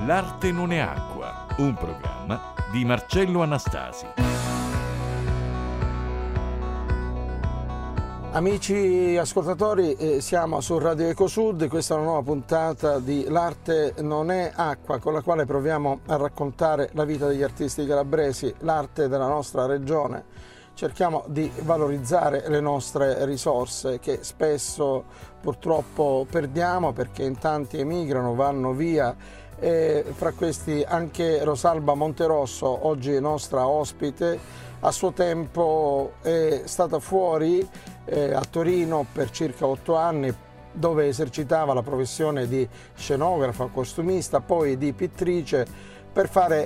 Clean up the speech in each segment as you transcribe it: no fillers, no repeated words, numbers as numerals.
L'arte non è acqua, un programma di Marcello Anastasi. Amici ascoltatori, siamo su Radio Ecosud, questa è una nuova puntata di L'arte non è acqua, con la quale proviamo a raccontare la vita degli artisti calabresi, l'arte della nostra regione. Cerchiamo di valorizzare le nostre risorse che spesso purtroppo perdiamo perché in tanti emigrano, vanno via, e fra questi anche Rosalba Monterosso, oggi nostra ospite. A suo tempo è stata fuori a Torino per circa 8 anni, dove esercitava la professione di scenografa, costumista, poi di pittrice, per fare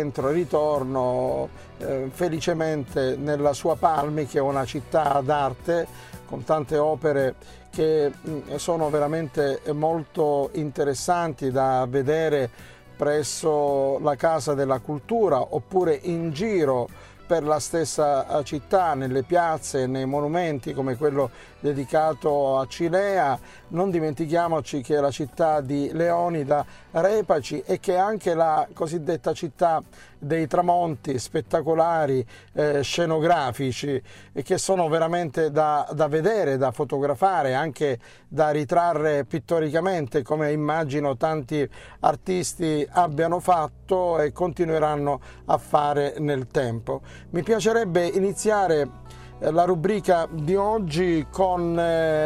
ritorno felicemente nella sua Palmi, che è una città d'arte con tante opere che sono veramente molto interessanti da vedere presso la Casa della Cultura oppure in giro per la stessa città, nelle piazze, nei monumenti come quello dedicato a Cilea. Non dimentichiamoci che è la città di Leonida Repaci e che è anche la cosiddetta città dei tramonti spettacolari, scenografici, e che sono veramente da vedere, da fotografare, anche da ritrarre pittoricamente, come immagino tanti artisti abbiano fatto e continueranno a fare nel tempo. Mi piacerebbe iniziare la rubrica di oggi con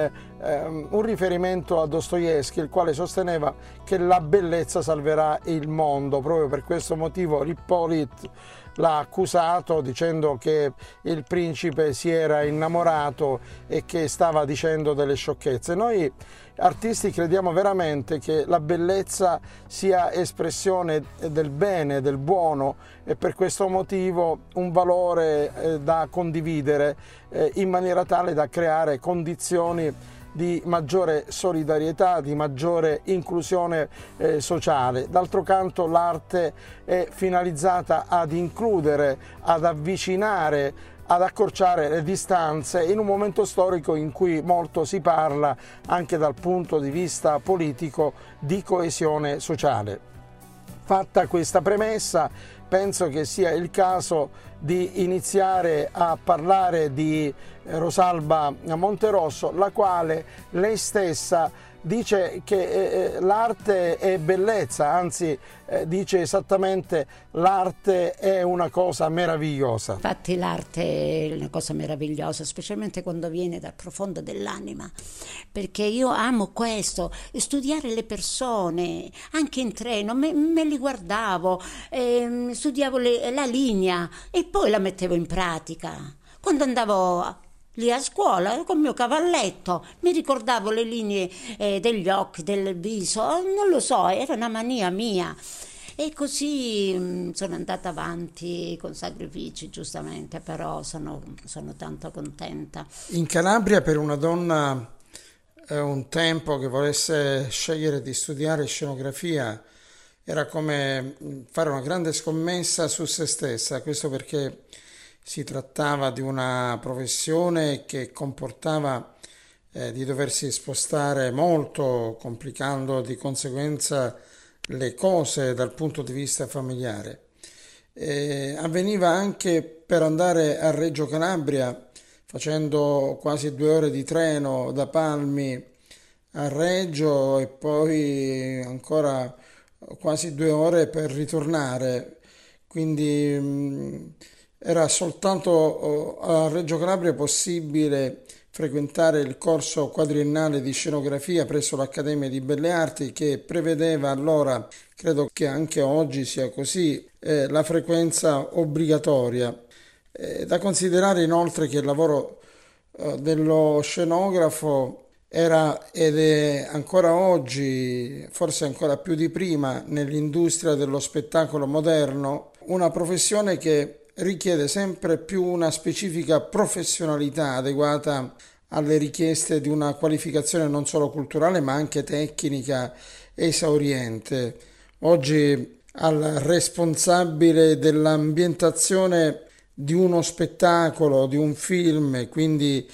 un riferimento a Dostoevskij, il quale sosteneva che la bellezza salverà il mondo. Proprio per questo motivo Ippolit l'ha accusato dicendo che il principe si era innamorato e che stava dicendo delle sciocchezze. Noi artisti crediamo veramente che la bellezza sia espressione del bene, del buono, e per questo motivo un valore da condividere in maniera tale da creare condizioni di maggiore solidarietà, di maggiore inclusione sociale. D'altro canto l'arte è finalizzata ad includere, ad avvicinare, ad accorciare le distanze in un momento storico in cui molto si parla, anche dal punto di vista politico, di coesione sociale. Fatta questa premessa, penso che sia il caso di iniziare a parlare di Rosalba Monterosso, la quale lei stessa dice che l'arte è bellezza, anzi dice esattamente l'arte è una cosa meravigliosa. Infatti l'arte è una cosa meravigliosa, specialmente quando viene dal profondo dell'anima, perché io amo questo, studiare le persone, anche in treno, me li guardavo, studiavo la linea e poi la mettevo in pratica. Quando andavo lì a scuola con il mio cavalletto mi ricordavo le linee degli occhi, del viso, non lo so, era una mania mia. E così sono andata avanti con sacrifici, giustamente, però sono tanto contenta. In Calabria, per una donna un tempo che volesse scegliere di studiare scenografia, era come fare una grande scommessa su se stessa, questo perché si trattava di una professione che comportava di doversi spostare molto, complicando di conseguenza le cose dal punto di vista familiare. Avveniva anche per andare a Reggio Calabria, facendo quasi 2 ore di treno da Palmi a Reggio e poi ancora quasi 2 ore per ritornare. Quindi era soltanto a Reggio Calabria possibile frequentare il corso quadriennale di scenografia presso l'Accademia di Belle Arti, che prevedeva allora, credo che anche oggi sia così, la frequenza obbligatoria. Da considerare inoltre che il lavoro dello scenografo era ed è ancora oggi, forse ancora più di prima, nell'industria dello spettacolo moderno, una professione che richiede sempre più una specifica professionalità adeguata alle richieste di una qualificazione non solo culturale ma anche tecnica esauriente. Oggi al responsabile dell'ambientazione di uno spettacolo, di un film, quindi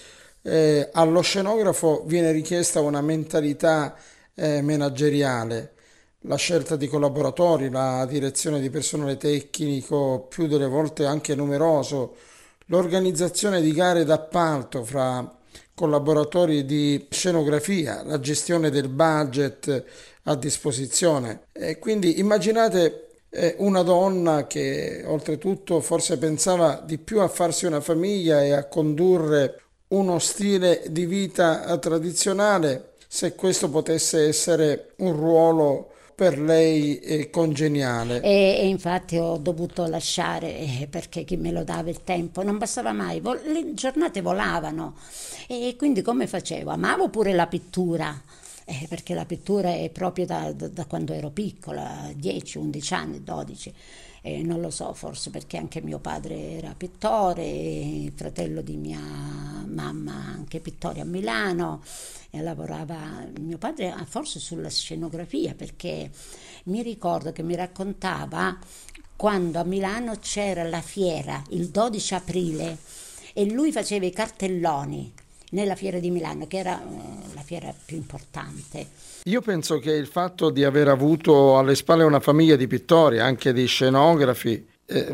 allo scenografo viene richiesta una mentalità manageriale. la scelta di collaboratori, la direzione di personale tecnico, più delle volte anche numeroso, l'organizzazione di gare d'appalto fra collaboratori di scenografia, la gestione del budget a disposizione. E quindi immaginate una donna che oltretutto forse pensava di più a farsi una famiglia e a condurre uno stile di vita tradizionale, se questo potesse essere un ruolo per lei congeniale. E infatti ho dovuto lasciare perché chi me lo dava il tempo non bastava mai, le giornate volavano e quindi come facevo? Amavo pure la pittura. Perché la pittura è proprio da quando ero piccola, 10, 11 anni, 12, non lo so, forse perché anche mio padre era pittore, il fratello di mia mamma anche pittore a Milano, e lavorava mio padre forse sulla scenografia, perché mi ricordo che mi raccontava quando a Milano c'era la fiera il 12 aprile e lui faceva i cartelloni nella fiera di Milano, che era la fiera più importante. Io penso che il fatto di aver avuto alle spalle una famiglia di pittori, anche di scenografi,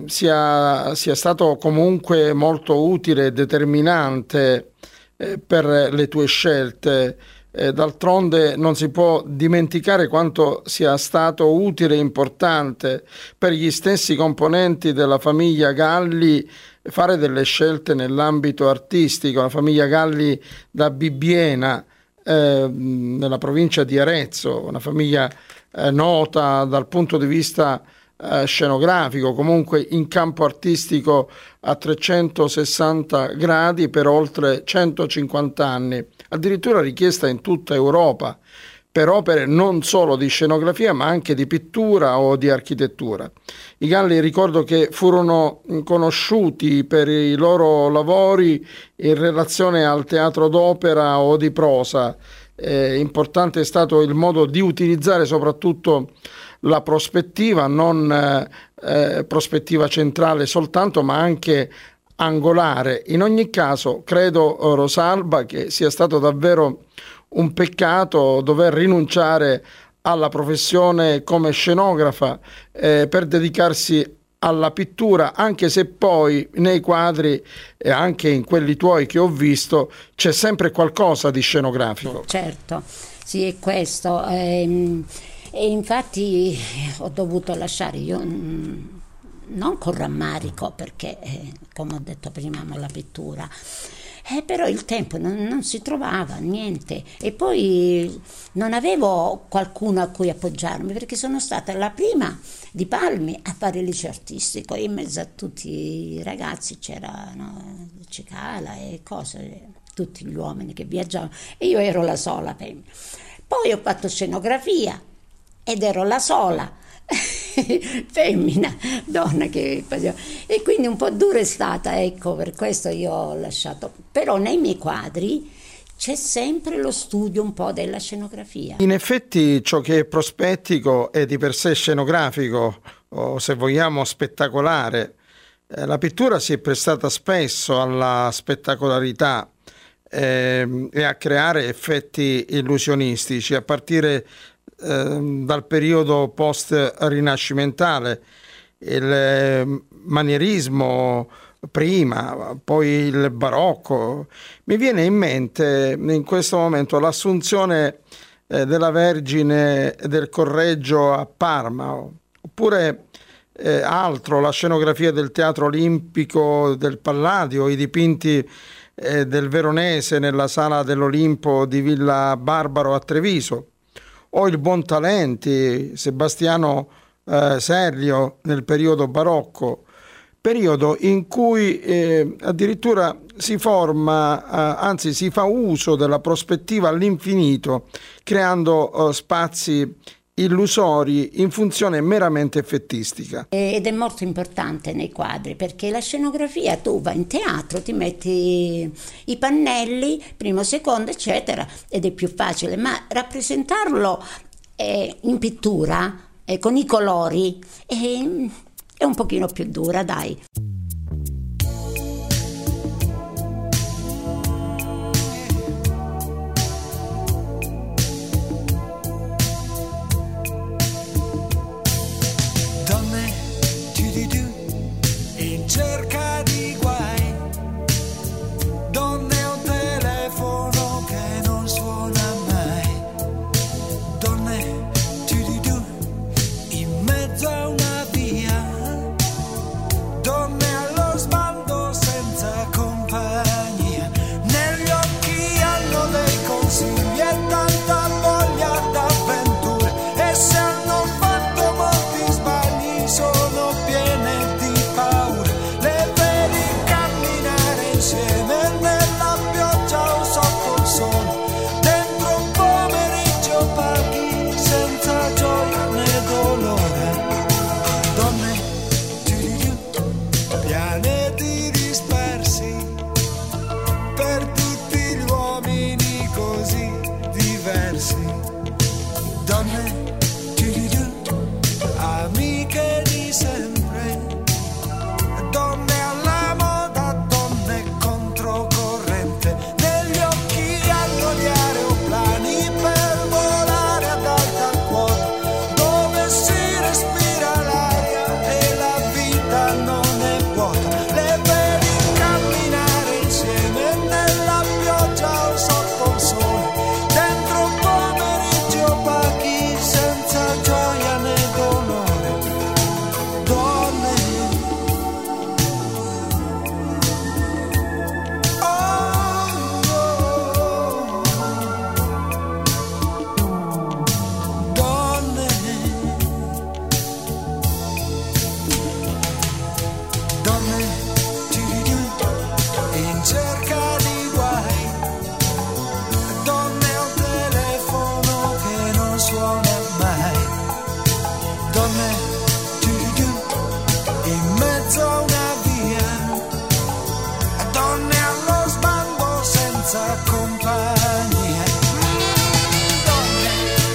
sia stato comunque molto utile e determinante per le tue scelte. D'altronde non si può dimenticare quanto sia stato utile e importante per gli stessi componenti della famiglia Galli fare delle scelte nell'ambito artistico. La famiglia Galli da Bibbiena, nella provincia di Arezzo, una famiglia nota dal punto di vista scenografico, comunque in campo artistico a 360 gradi per oltre 150 anni, addirittura richiesta in tutta Europa per opere non solo di scenografia ma anche di pittura o di architettura. I Galli, ricordo che furono conosciuti per i loro lavori in relazione al teatro d'opera o di prosa. Importante è stato il modo di utilizzare soprattutto la prospettiva, non prospettiva centrale soltanto, ma anche angolare. In ogni caso, credo, Rosalba, che sia stato davvero un peccato dover rinunciare alla professione come scenografa per dedicarsi alla pittura, anche se poi nei quadri e anche in quelli tuoi che ho visto c'è sempre qualcosa di scenografico. Certo, sì, è questo. E infatti ho dovuto lasciare, io non con rammarico, perché come ho detto prima amo la pittura, però il tempo non si trovava, niente, e poi non avevo qualcuno a cui appoggiarmi, perché sono stata la prima di Palmi a fare il liceo artistico, in mezzo a tutti i ragazzi c'erano Cicala e cose, tutti gli uomini che viaggiavano, e io ero la sola femmina. Poi ho fatto scenografia ed ero la sola femmina, donna che faceva, e quindi un po' dura è stata, ecco, per questo io ho lasciato. Però nei miei quadri c'è sempre lo studio un po' della scenografia. In effetti ciò che è prospettico è di per sé scenografico, o se vogliamo spettacolare. La pittura si è prestata spesso alla spettacolarità e a creare effetti illusionistici, a partire dal periodo post-rinascimentale, il manierismo prima, poi il barocco. Mi viene in mente in questo momento l'Assunzione della Vergine del Correggio a Parma, oppure altro, la scenografia del Teatro Olimpico del Palladio, i dipinti del Veronese nella Sala dell'Olimpo di Villa Barbaro a Treviso, o il Buontalenti, Sebastiano Serlio nel periodo barocco, periodo in cui addirittura si forma, anzi si fa uso della prospettiva all'infinito, creando spazi illusori in funzione meramente effettistica. Ed è molto importante nei quadri, perché la scenografia, tu vai in teatro, ti metti i pannelli, primo, secondo, eccetera, ed è più facile, ma rappresentarlo in pittura, con i colori, è un pochino più dura, dai. cerca di guai, donne a un telefono che non suona mai, donne tu in mezzo a una via, donne allo sbando senza compagnia, negli occhi hanno dei consigli e tanta voglia d'avventure, e se hanno fatto molti sbagli sono piene di paure, le vedi camminare insieme nella pioggia o sotto il sole, dentro un pomeriggio paghi senza gioia né dolore, donne pianeti dispersi per tutti gli uomini così diversi, donne amiche di sempre, donne alla moda, donne controcorrente, negli occhi hanno gli aeroplani per volare ad alta quota, dove si respira l'aria e la vita non è vuota, le vedi camminare insieme nella pioggia o sotto il sole, dentro un pomeriggio paghi senza gioia né dolore, donne, donne, donne in cerca di guai, donne a un telefono che non suona mai, donne in mezzo a una via, donne allo sbando senza compagnia, donne.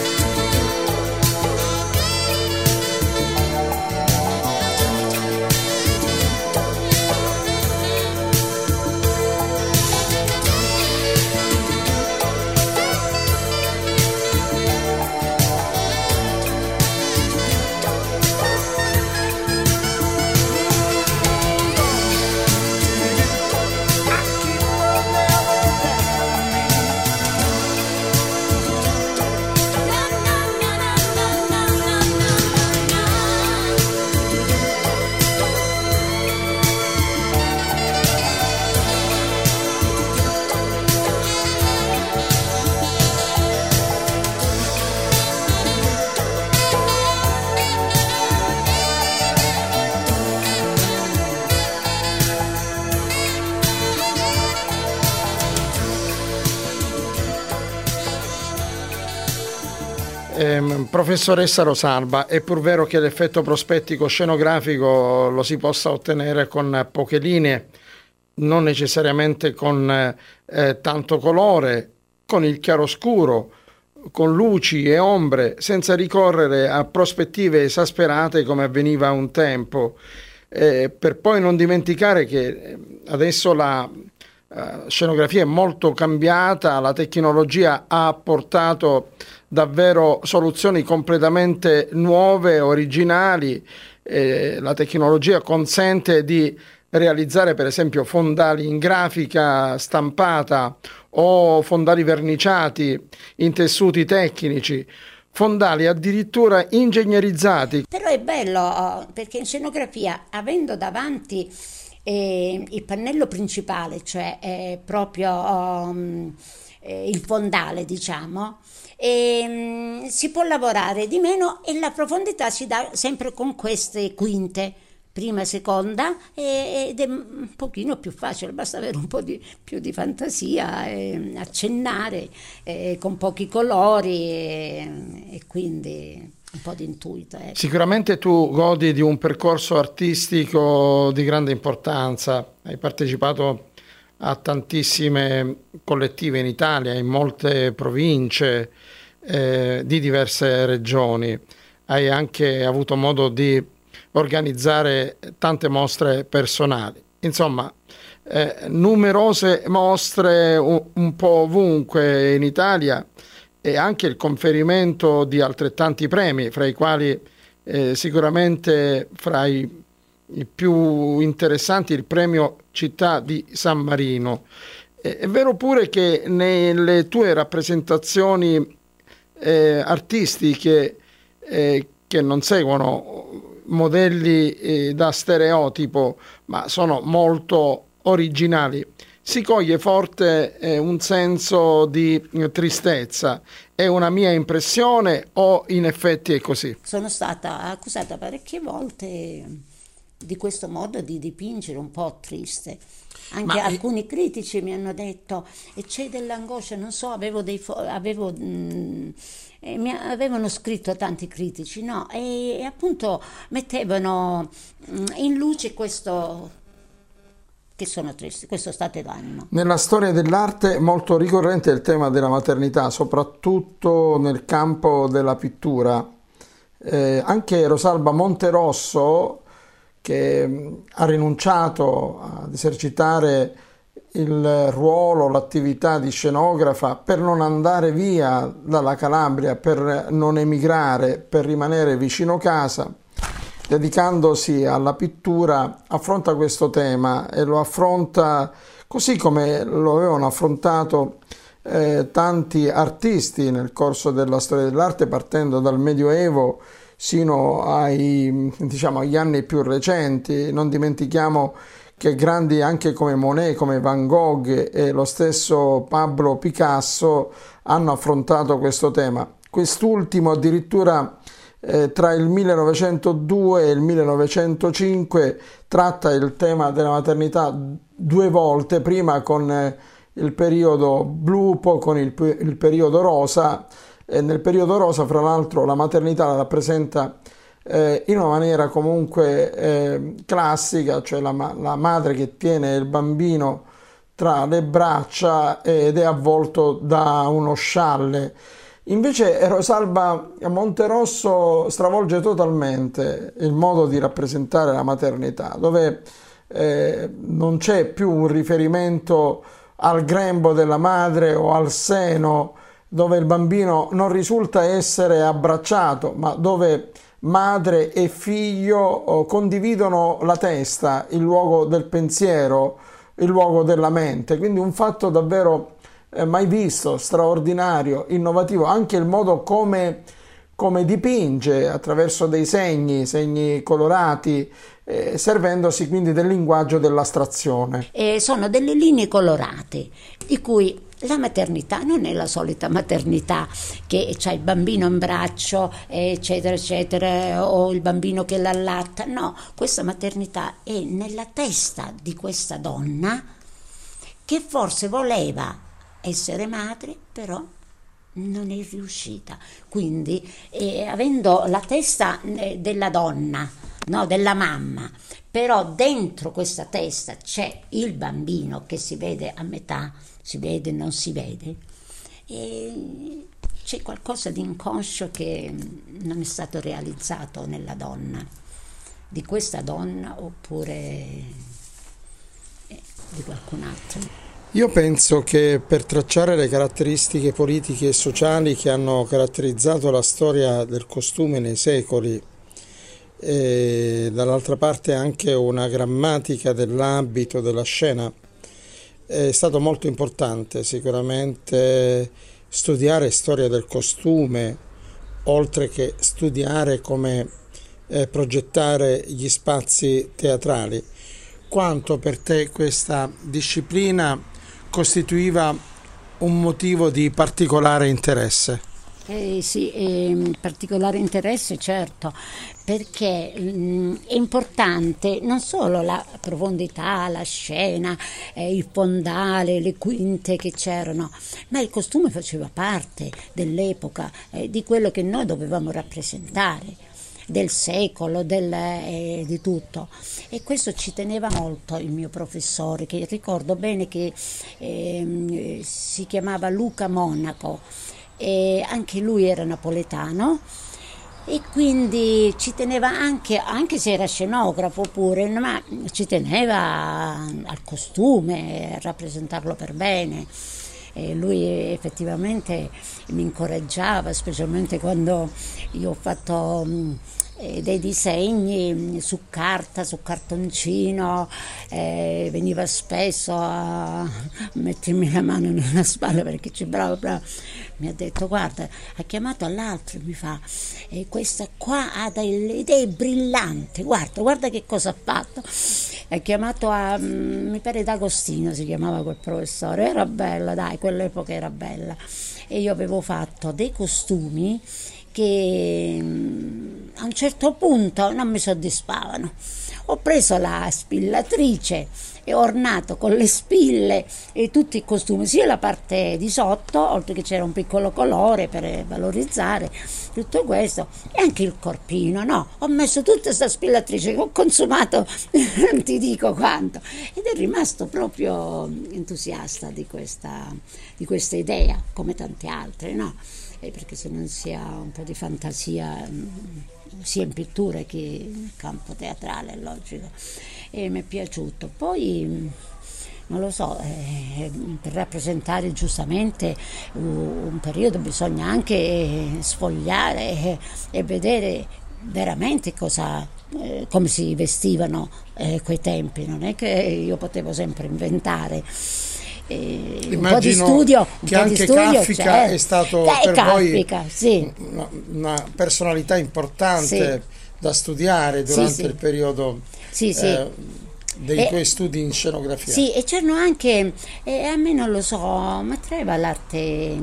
Professoressa Rosalba, è pur vero che l'effetto prospettico scenografico lo si possa ottenere con poche linee, non necessariamente con tanto colore, con il chiaroscuro, con luci e ombre, senza ricorrere a prospettive esasperate come avveniva un tempo, per poi non dimenticare che adesso la scenografia è molto cambiata, la tecnologia ha portato davvero soluzioni completamente nuove, originali, la tecnologia consente di realizzare per esempio fondali in grafica stampata o fondali verniciati in tessuti tecnici, fondali addirittura ingegnerizzati. Però è bello perché in scenografia, avendo davanti il pannello principale, cioè proprio il fondale, diciamo, si può lavorare di meno e la profondità si dà sempre con queste quinte, prima, seconda, ed è un pochino più facile, basta avere un po' più di fantasia, accennare con pochi colori e quindi un po' di intuito. Sicuramente tu godi di un percorso artistico di grande importanza, hai partecipato a tantissime collettive in Italia, in molte province di diverse regioni, hai anche avuto modo di organizzare tante mostre personali, insomma numerose mostre un po' ovunque in Italia e anche il conferimento di altrettanti premi, fra i quali sicuramente fra i i più interessanti, il premio Città di San Marino. È vero pure che nelle tue rappresentazioni artistiche che non seguono modelli da stereotipo, ma sono molto originali, si coglie forte un senso di tristezza. È una mia impressione o in effetti è così? Sono stata accusata parecchie volte di questo modo di dipingere un po' triste. Anche alcuni critici mi hanno detto e c'è dell'angoscia, non so, mi avevano scritto tanti critici, no? E appunto mettevano in luce questo, che sono tristi, questo stato d'animo. Nella storia dell'arte molto ricorrente è il tema della maternità, soprattutto nel campo della pittura. Anche Rosalba Monterosso, che ha rinunciato ad esercitare il ruolo, l'attività di scenografa per non andare via dalla Calabria, per non emigrare, per rimanere vicino casa, dedicandosi alla pittura, affronta questo tema e lo affronta così come lo avevano affrontato tanti artisti nel corso della storia dell'arte, partendo dal Medioevo sino agli anni più recenti. Non dimentichiamo che grandi anche come Monet, come Van Gogh e lo stesso Pablo Picasso hanno affrontato questo tema. Quest'ultimo addirittura tra il 1902 e il 1905 tratta il tema della maternità 2 volte, prima con il periodo blu, poi con il periodo rosa. E nel periodo rosa, fra l'altro, la maternità la rappresenta in una maniera comunque classica, cioè la madre che tiene il bambino tra le braccia ed è avvolto da uno scialle. Invece Rosalba Monterosso stravolge totalmente il modo di rappresentare la maternità, dove non c'è più un riferimento al grembo della madre o al seno, dove il bambino non risulta essere abbracciato, ma dove madre e figlio condividono la testa, il luogo del pensiero, il luogo della mente. Quindi un fatto davvero mai visto, straordinario, innovativo. Anche il modo come dipinge, attraverso dei segni colorati, servendosi quindi del linguaggio dell'astrazione. Sono delle linee colorate, di cui la maternità non è la solita maternità che c'ha il bambino in braccio, eccetera, eccetera, o il bambino che l'allatta. No, questa maternità è nella testa di questa donna che forse voleva essere madre, però non è riuscita. Quindi, avendo la testa della donna, no, della mamma, però dentro questa testa c'è il bambino che si vede a metà, si vede, non si vede, e c'è qualcosa di inconscio che non è stato realizzato nella donna, di questa donna oppure di qualcun altro. Io penso che per tracciare le caratteristiche politiche e sociali che hanno caratterizzato la storia del costume nei secoli, e dall'altra parte anche una grammatica dell'abito, della scena, è stato molto importante sicuramente studiare storia del costume, oltre che studiare come progettare gli spazi teatrali. Quanto per te questa disciplina costituiva un motivo di particolare interesse? Sì, particolare interesse, certo, perché è importante non solo la profondità, la scena, il fondale, le quinte che c'erano, ma il costume faceva parte dell'epoca, di quello che noi dovevamo rappresentare, del secolo, di tutto. E questo ci teneva molto il mio professore, che ricordo bene che si chiamava Luca Monaco, e anche lui era napoletano, e quindi ci teneva anche se era scenografo pure, ma ci teneva al costume, a rappresentarlo per bene. E lui effettivamente mi incoraggiava, specialmente quando io ho fatto dei disegni su carta, su cartoncino, veniva spesso a mettermi la mano nella spalla perché c'è bravo, mi ha detto guarda, ha chiamato all'altro e mi fa questa qua ha delle idee brillanti, guarda che cosa ha fatto, ha chiamato mi pare D'Agostino si chiamava quel professore, era bella, dai, quell'epoca era bella, e io avevo fatto dei costumi che a un certo punto non mi soddisfavano. Ho preso la spillatrice e ho ornato con le spille e tutti i costumi, sia la parte di sotto, oltre che c'era un piccolo colore per valorizzare tutto questo, e anche il corpino, no? Ho messo tutta questa spillatrice che ho consumato non ti dico quanto, ed è rimasto proprio entusiasta di questa idea, come tante altre, no? Perché se non si ha un po' di fantasia sia in pittura che in campo teatrale, è logico, e mi è piaciuto. Poi non lo so, per rappresentare giustamente un periodo bisogna anche sfogliare e vedere veramente come si vestivano quei tempi, non è che io potevo sempre inventare. Immagino un po' di studio, che anche Kafka è stato per voi sì. una personalità importante da studiare durante il periodo dei tuoi studi in scenografia. Sì, e c'erano anche, a me non lo so, mi attraeva l'arte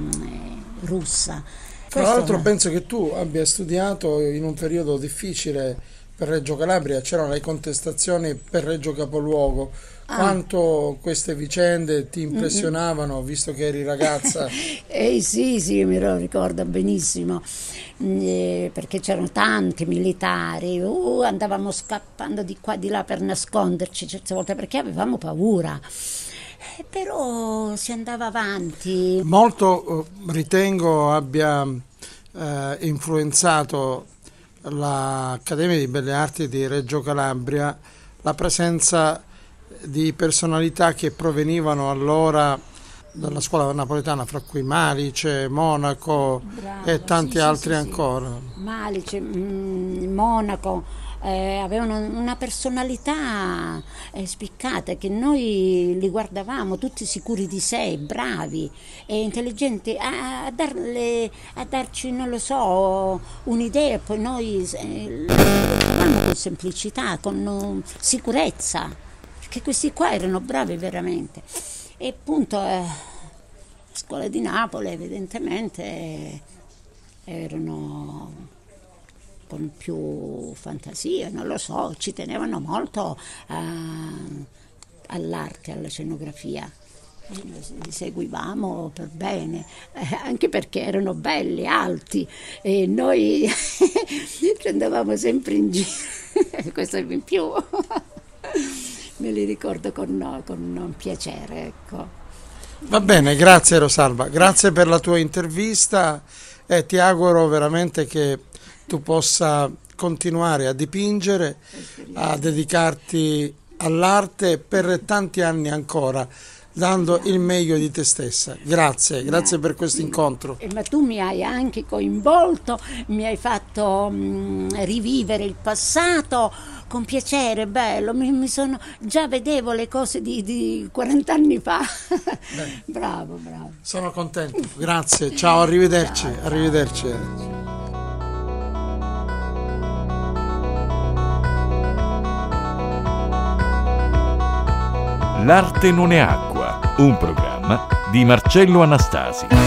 russa. Tra l'altro penso che tu abbia studiato in un periodo difficile per Reggio Calabria, c'erano le contestazioni per Reggio Capoluogo. Quanto queste vicende ti impressionavano, visto che eri ragazza? Sì, me lo ricordo benissimo, perché c'erano tanti militari, andavamo scappando di qua di là per nasconderci certe volte perché avevamo paura. Però si andava avanti. Molto ritengo abbia influenzato l'Accademia di Belle Arti di Reggio Calabria la presenza di personalità che provenivano allora dalla scuola napoletana, fra cui Malice, Monaco. Bravo, e tanti altri ancora. Malice, Monaco, avevano una personalità spiccata, che noi li guardavamo tutti sicuri di sé, bravi e intelligenti, a darci, non lo so, un'idea, e poi noi lo facevamo con semplicità, con sicurezza, perché questi qua erano bravi veramente. E appunto la scuola di Napoli evidentemente erano con più fantasia, non lo so, ci tenevano molto all'arte, alla scenografia. E noi li seguivamo per bene, anche perché erano belli, alti, e noi ci andavamo sempre in giro, questo è in più. Me li ricordo con piacere, ecco. Va bene, grazie Rosalba, grazie per la tua intervista e ti auguro veramente che tu possa continuare a dipingere, a dedicarti all'arte per tanti anni ancora, dando il meglio di te stessa. Grazie per questo incontro. Ma tu mi hai anche coinvolto, mi hai fatto rivivere il passato con piacere, bello, già vedevo le cose di 40 anni fa. Bravo. Sono contento, grazie, ciao, arrivederci. Ciao. Arrivederci. L'arte non è acqua, un programma di Marcello Anastasi.